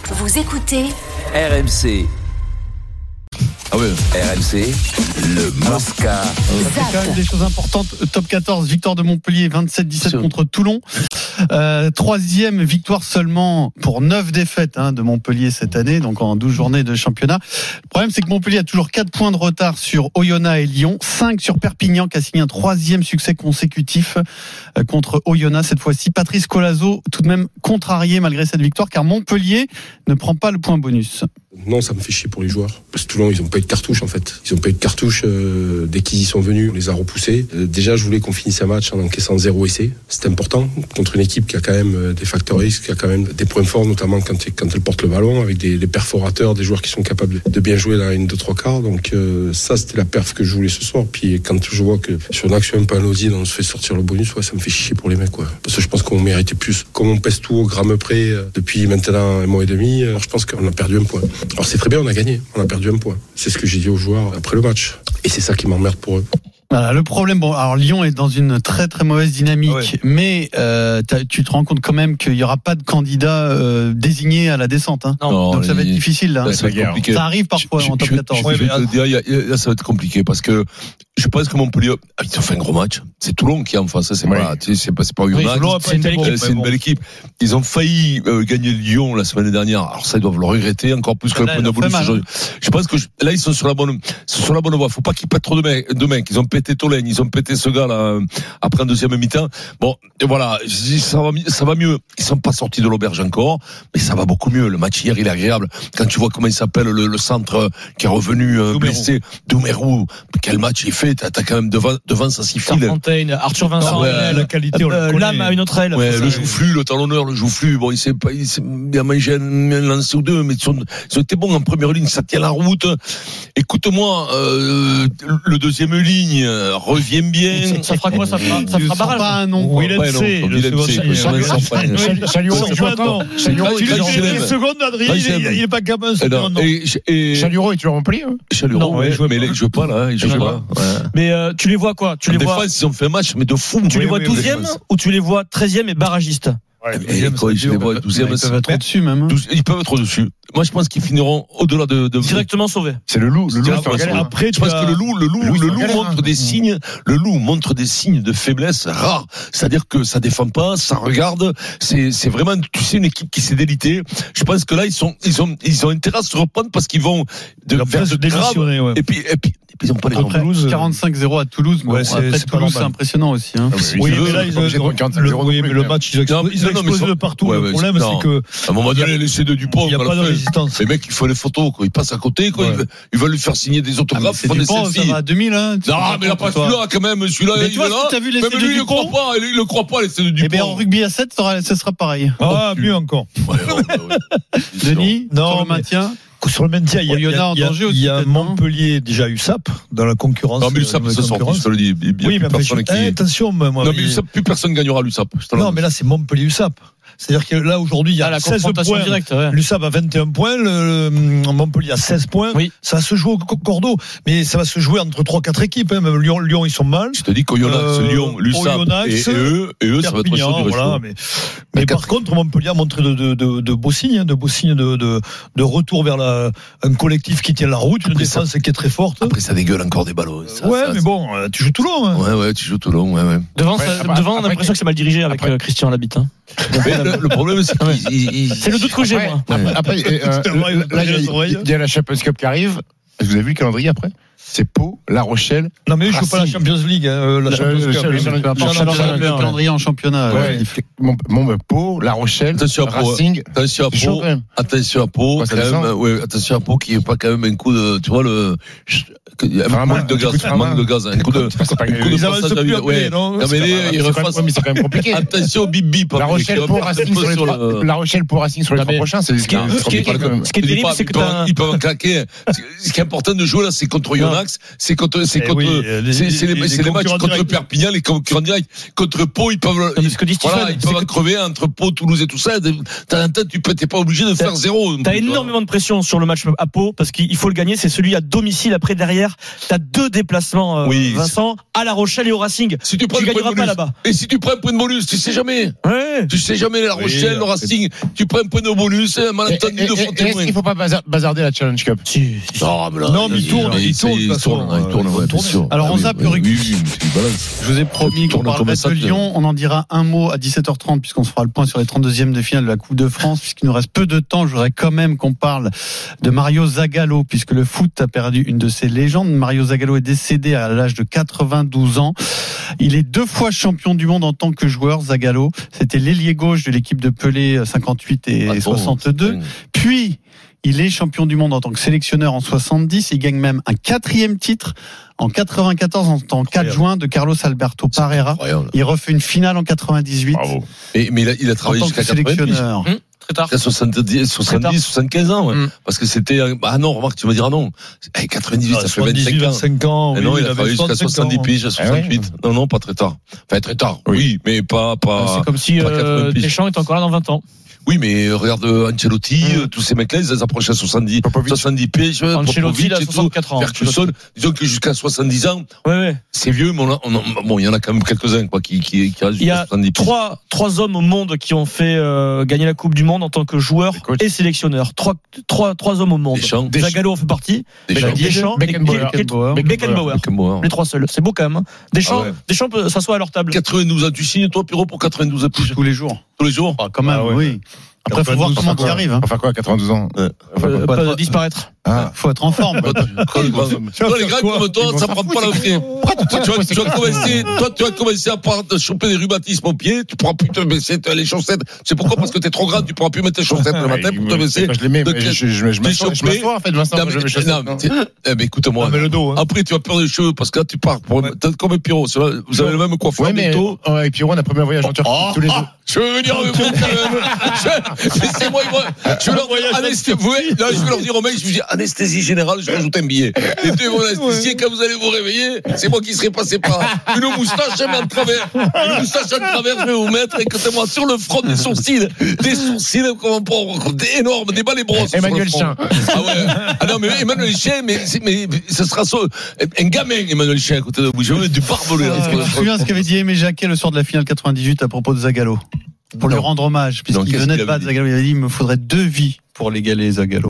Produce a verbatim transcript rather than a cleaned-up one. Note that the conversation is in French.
Vous écoutez R M C. Ah oui, R M C, le Mosca. C'est quand même des choses importantes. Top quatorze, victoire de Montpellier, vingt-sept dix-sept contre Toulon. Euh, troisième victoire seulement pour neuf défaites hein, de Montpellier cette année, donc en douze journées de championnat. Le problème, c'est que Montpellier a toujours quatre points de retard sur Oyonnax et Lyon, cinq sur Perpignan qui a signé un troisième succès consécutif contre Oyonnax cette fois-ci. Patrice Colazo, tout de même contrarié malgré cette victoire, car Montpellier ne prend pas le point bonus. Non, ça me fait chier pour les joueurs. Parce que Toulon, ils n'ont pas eu de cartouche en fait. Ils n'ont pas eu de cartouche euh, dès qu'ils y sont venus. On les a repoussés. Euh, déjà, je voulais qu'on finisse un match en encaissant zéro essai. C'était important contre une équipe qui a quand même euh, des facteurs risques, qui a quand même des points forts, notamment quand, quand elle porte le ballon, avec des, des perforateurs, des joueurs qui sont capables de bien jouer dans une, deux, trois quarts. Donc euh, ça, c'était la perf que je voulais ce soir. Puis quand je vois que sur une action un peu anodine, on se fait sortir le bonus, ouais, ça me fait chier pour les mecs. Quoi. Parce que je pense qu'on méritait plus. Comme on pèse tout au gramme près euh, depuis maintenant un mois et demi, alors je pense qu'on a perdu un point. Alors c'est très bien, on a gagné, on a perdu un point. C'est ce que j'ai dit aux joueurs après le match. Et c'est ça qui m'emmerde pour eux. Voilà, le problème, bon, alors Lyon est dans une très très mauvaise dynamique, ouais. mais euh, tu te rends compte quand même qu'il n'y aura pas de candidat euh, désigné à la descente. Hein. Non, Donc ça va être il... difficile là. Là, ça, va être ça arrive parfois je, en top quatorze. Je, je, je, je dire, là, ça va être compliqué parce que je pense que Montpellier, ils ont fait un gros match. C'est Toulon qui est en face, c'est oui. pas, tu sais, c'est pas, c'est pas Oyonnax. Oui, c'est, une belle, équipe, c'est une belle équipe. Ils ont failli euh, gagner Lyon la semaine dernière. Alors ça, ils doivent le regretter encore plus que là, le point de bonus. Je, je pense que je, là, ils sont sur la bonne, sur la bonne voie. Faut pas qu'ils pètent trop de mecs. De mecs. Ils ont pété Tolène, ils ont pété ce gars là après un deuxième mi-temps. Bon, et voilà, ça va, ça va mieux. Ils sont pas sortis de l'auberge encore, mais ça va beaucoup mieux. Le match hier, il est agréable. Quand tu vois comment il s'appelle le, le centre qui est revenu euh, blessé, Doumerou. Quel match il fait? T'as, t'as quand même devant, devant ça s'y file. Fontaine, Arthur Vincent, ouais, la qualité, on euh, l'âme à une autre aile. Ouais, le joufflu, le talonneur, le joufflu. Bon, il s'est pas, il s'est bien mangé un, un lancer ou deux, mais ils, sont, ils ont été bons en première ligne, ça tient la route. Écoute-moi, euh, le deuxième ligne euh, revient bien. Ça, ça fera quoi? Ça fera, ça fera barrage. Pas un nom. Oui, il est C. Chalureau, tu l'as dit une seconde, Adrien, il est pas gamin. Chalureau est toujours rempli. Chalureau, mais il joue pas là, il joue pas. Mais tu les vois quoi? Tu les vois? Ils ont fait un match, mais de fou. Tu les vois douzième ou tu les vois treizième et barragiste? Ouais, et quoi, je les vois douzième. Ils peuvent être au-dessus même. Hein. Ils peuvent être au-dessus. Moi, je pense qu'ils finiront au-delà de, de... directement sauvés. C'est le loup. Le loup. Après, après je pense as... que le loup, le loup, le loup, le loup montre des signes. Le loup montre des signes de faiblesse rares. C'est-à-dire que ça défend pas, ça regarde. C'est, c'est vraiment, tu sais, une équipe qui s'est délitée. Je pense que là, ils sont, ils ont, ils ont intérêt à se reprendre parce qu'ils vont de vers de grave. Ouais. Et puis, et puis. Ils ont pas les après, Toulouse, quarante-cinq zéro à Toulouse. Bon, ouais, c'est, après, c'est Toulouse, c'est impressionnant aussi. Hein. Oui, mais là, ils ont, le, oui, mais le match, ils ont explosé, ils ont explosé de partout. Ouais, le problème, c'est que. À un moment donné, l'essai de Dupont. Il n'y a pas de résistance. Les mecs, il faut les photos, quoi. Ils passent à côté, quoi. Ouais. Ils veulent lui faire signer des autographes. Ah, Dupont, ça va à deux mille, hein. Non, mais là, pas celui-là, quand même. Celui-là, il est là. T'as vu l'essai de Dupont? Même lui, il ne croit pas. Il ne croit pas, l'essai de Dupont. Eh bien, en rugby à sept, ça sera pareil. Ah, mieux encore. Denis, sur le maintien. Sur le maintien, il y a, il y a, il y a, il y a Montpellier déjà U S A P dans la concurrence. Non, mais l'U S A P se sort, je te le dis. Oui, mais personne qui... attention, moi. Non, mais l'U S A P, plus personne gagnera l'U S A P. Non, mais là, c'est Montpellier U S A P. C'est-à-dire que là, aujourd'hui, il y a ah, la seize points. Directe, ouais. L'U S A P a vingt et un points, le Montpellier a seize points. Oui. Ça va se jouer au cordeau, mais ça va se jouer entre trois quatre équipes. Hein. Même Lyon, Lyon, ils sont mal. Je te dis qu'Oyonnax, euh, Lyon, l'U S A P et, et eux, et eux, ça va être chaud du voilà, mais, mais par quatre... contre, Montpellier a montré de, de, de, de beaux signes, de beaux signes de, de, de retour vers la, un collectif qui tient la route, une après défense ça, qui est très forte. Après, ça dégueule encore des ballons. Ça, ouais, ça, mais bon, tu joues Toulon. Hein. Ouais, ouais, tu joues Toulon, ouais, ouais. Devant, ouais, ça, après, devant, on a l'impression que c'est mal dirigé avec après, Christian Labitte. Hein. Le, le problème, c'est qu'il, c'est le doute que j'ai, moi. Après, après euh, là, il y a la Champions Cup qui arrive. Vous avez vu le calendrier après? C'est Pau, La Rochelle. Non, mais je ne joue pas la Champions League. Hein, la Champions League. Le calendrier en championnat. Ouais. Bon, bon, Pau, La Rochelle, attention Racing. Attention à Pau. Attention à Pau. Ouais, attention à Pau qui n'est pas quand même un coup de. Tu vois, le. Un manque de gaz. Un manque de gaz. Un coup de. Ils avancent plus après, non? Non, mais ils refassent. Mais c'est quand même compliqué. Attention au bip bip. La Rochelle pour Racing sur les trois. La Rochelle pour Racing sur les trois prochains. Ce qui est terrible, c'est que ils peuvent en claquer. Ce qui est important de jouer là, c'est contre Oyonnax. max, c'est contre, c'est contre, oui, les, c'est, c'est les, les, c'est les matchs contre direct. Perpignan, les concurrents directs. Contre Pau, ils peuvent, non, ils, ce que dit voilà, ils peuvent crever entre Pau, Toulouse et tout ça. T'as un tête, tu peux, t'es pas obligé de t'as, faire zéro. T'as énormément de pression sur le match à Pau, parce qu'il faut le gagner, c'est celui à domicile. Après, derrière, t'as deux déplacements, euh, oui, Vincent, à La Rochelle et au Racing. Si tu prends tu gagneras pas là-bas. Et si tu prends un point de bonus, tu sais jamais. Ouais. Tu sais jamais La Rochelle, oui, le Racing, tu prends un point de bonus, un malentendu de faute. Est-ce qu'il faut pas bazarder la Challenge Cup? Si. Non, mais là, non, mais il tourne, il tourne, il tourne, il tourne, il tourne. Alors, on zappe le rugby. Je vous ai promis qu'on parlerait de Lyon. On en dira un mot à dix-sept heures trente, puisqu'on se fera le point sur les trente-deuxièmes de finale de la Coupe de France. Puisqu'il nous reste peu de temps, je voudrais quand même qu'on parle de Mario Zagallo, puisque le foot a perdu une de ses légendes. Mario Zagallo est décédé à l'âge de quatre-vingt-douze ans. Il est deux fois champion du monde en tant que joueur, Zagallo. C'était l'ailier gauche de l'équipe de Pelé cinquante-huit et ah, soixante-deux. Bon, puis, il est champion du monde en tant que sélectionneur en soixante-dix. Il gagne même un quatrième titre en quatre-vingt-quatorze en tant qu'adjoint de Carlos Alberto Parreira. Il refait une finale en quatre-vingt-dix-huit. Bravo. Et, mais il a, il a travaillé jusqu'à sélectionneur. Hum, très tard. soixante-dix, soixante-dix, soixante-quinze ans, ouais. Hum. Parce que c'était, ah non, remarque, tu vas dire ah non. Eh, quatre-vingt-dix-huit, ah, ça fait vingt-cinq ans. vingt-cinq ans. Oui, non, il, il a travaillé jusqu'à soixante-dix piges, à soixante-huit. Ah ouais. Non, non, pas très tard. Enfin, très tard. Oui, oui mais pas, pas. C'est comme si, euh, Deschamps était encore là dans vingt ans. Oui, mais regarde Ancelotti, mmh. tous ces mecs-là, ils approchent à soixante-dix, soixante-dix piges. Ancelotti, il a soixante-quatre ans. Ferguson, disons que jusqu'à soixante-dix ans, ouais, ouais. c'est vieux, mais on a, on a, bon, il y en a quand même quelques-uns, quoi, qui, qui, qui restent jusqu'à soixante-dix piges. Il y a trois, trois hommes au monde qui ont fait euh, gagner la Coupe du Monde en tant que joueur et sélectionneur. Trois, trois, trois hommes au monde. Deschamps. Zagallo en fait partie. Deschamps, Deschamps Beckenbauer. Beckenbauer. Les trois seuls. C'est beau quand même. Deschamps, ah ouais. Deschamps peut s'asseoir à leur table. quatre-vingt-douze ans, tu signes, toi, Pierrot, pour quatre-vingt-douze piges. Tous les jours. Tous les jours. Ah, quand même, ah, ouais. Oui. Après, faut voir comment tu y arrives. Hein. Enfin quoi, quatre-vingt-douze ans ouais. Enfin, euh, pas être... disparaître. Ah. Faut être en forme. Toi, les gars comme toi, ça prend pas la frère. Tu vas commencer, toi, tu vas commencer à part choper des rhumatismes au pied. Tu pourras plus te baisser les chaussettes. C'est pourquoi? Parce que t'es trop grand, tu pourras plus mettre tes chaussettes le matin pour te baisser. Je les mets, mais je m'assois en fait, Vincent. Je mets chaussettes. Eh ben, écoute-moi. Après, tu vas perdre les cheveux parce que là, tu pars pour comme un Pierrot. Vous avez le même coiffeur bientôt. Ouais, Pierrot, on a premier voyage en Turquie tous les deux. Je veux venir avec vous quand même. Laissez-moi, je vais leur dire anesthésie. Là, je vais leur dire aux mecs, je vous dis anesthésie générale, je rajoute un billet. Les deux vont anesthésier, quand vous allez vous réveiller, c'est moi qui serai passé par une moustache en travers. Une moustache en travers, je vais vous mettre, écoutez-moi, sur le front des sourcils. Des sourcils, comment pas, des énormes, des balais brosses. Emmanuel Chien. Ah ouais. Ah non, mais Emmanuel Chien, mais, mais, ce sera ça, un gamin, Emmanuel Chien, à côté de vous. Je vais mettre du barbelé, là. Est-ce que tu te souviens ce qu'avait dit Aimé Jacquet le soir de la finale quatre-vingt-dix-huit à propos de Zagallo? Pour non. lui rendre hommage, puisqu'il venait de battre Zagallo, il avait dit il me faudrait deux vies pour l'égaler Zagallo.